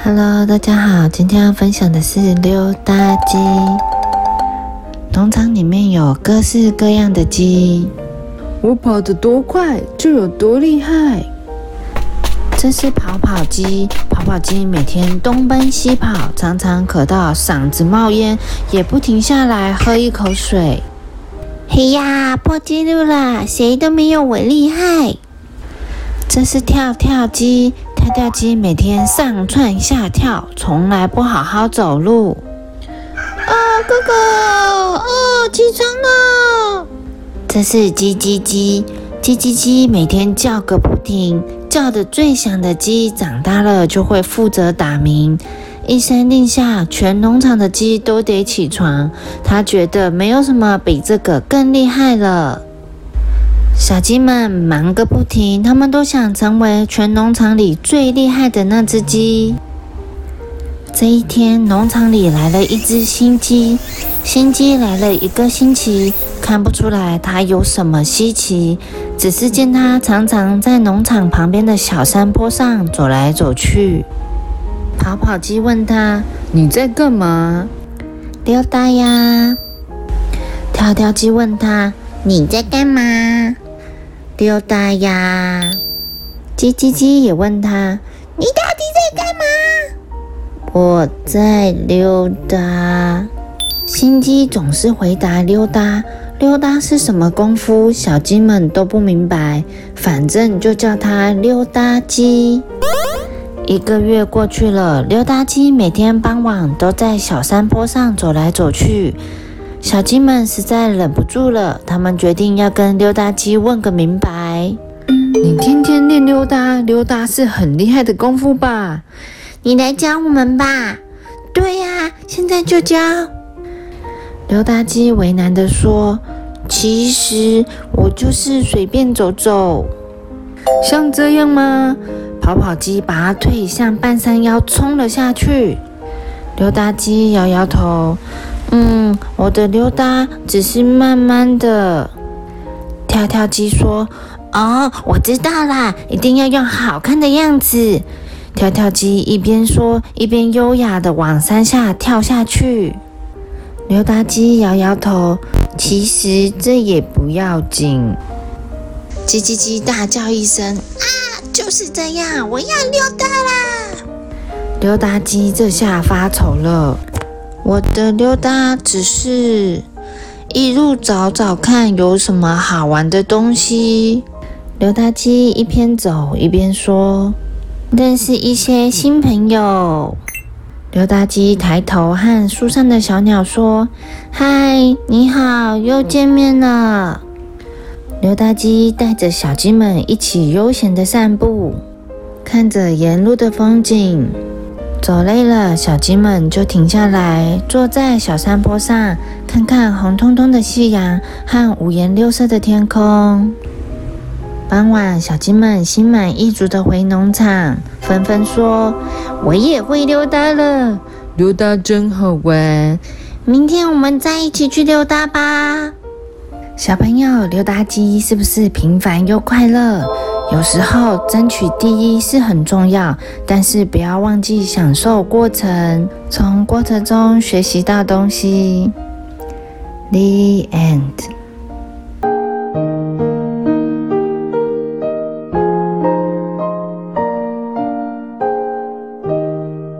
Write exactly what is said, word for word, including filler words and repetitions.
Hello， 大家好，今天要分享的是溜达鸡。农场里面有各式各样的鸡， 我跑得多快就有多厉害。 这是跑跑鸡，跑跑鸡每天东奔西跑，常常渴到嗓子冒烟，也不停下来喝一口水。嘿呀，破纪录啦，谁都没有我厉害。这是跳跳鸡，跳跳鸡每天上蹿下跳，从来不好好走路。啊，哥哥，哦，起床了。这是叽叽鸡，叽叽鸡每天叫个不停，叫得最响的鸡长大了就会负责打鸣。一声令下，全农场的鸡都得起床。他觉得没有什么比这个更厉害了。小鸡们忙个不停，他们都想成为全农场里最厉害的那只鸡。这一天，农场里来了一只新鸡。新鸡来了一个星期，看不出来它有什么稀奇，只是见它常常在农场旁边的小山坡上走来走去。跑跑鸡问他：“ 你在干嘛？”“ 溜达呀。”跳跳鸡问他：“你在干嘛？”“溜达呀。”叽叽鸡也问他：“你到底在干嘛？”“我在溜达。”新鸡总是回答溜达。溜达是什么功夫？小鸡们都不明白，反正就叫它溜达鸡。一个月过去了，溜达鸡每天傍晚都在小山坡上走来走去。小鸡们实在忍不住了，他们决定要跟溜达鸡问个明白。 你天天练溜达，溜达是很厉害的功夫吧？ 你来教我们吧。对呀，现在就教。溜达鸡为难地说：“其实我就是随便走走。” 像这样吗？ 跑跑鸡拔腿向半山腰冲了下去。溜达鸡摇摇头：“嗯，我的溜达只是慢慢的。”跳跳鸡说：“哦，我知道啦，一定要用好看的样子。”跳跳鸡一边说，一边优雅的往山下跳下去。溜达鸡摇摇头：“其实这也不要紧。”叽叽叽大叫一声：“啊，就是这样，我要溜达啦！”溜达鸡这下发愁了：“我的溜达只是一路找找看有什么好玩的东西。”溜达鸡一边走一边说：“认识一些新朋友。”溜达鸡抬头和树上的小鸟说：“嗨，你好，又见面了。”溜达鸡带着小鸡们一起悠闲地散步，看着沿路的风景。走累了，小鸡们就停下来，坐在小山坡上，看看红彤彤的夕阳和五颜六色的天空。傍晚，小鸡们心满意足地回农场，纷纷说：“我也会溜达了， 溜达真好玩， 明天我们再一起去溜达吧。”小朋友，溜达鸡是不是平凡又快乐？有时候争取第一是很重要，但是不要忘记享受过程，从过程中学习到东西。The end.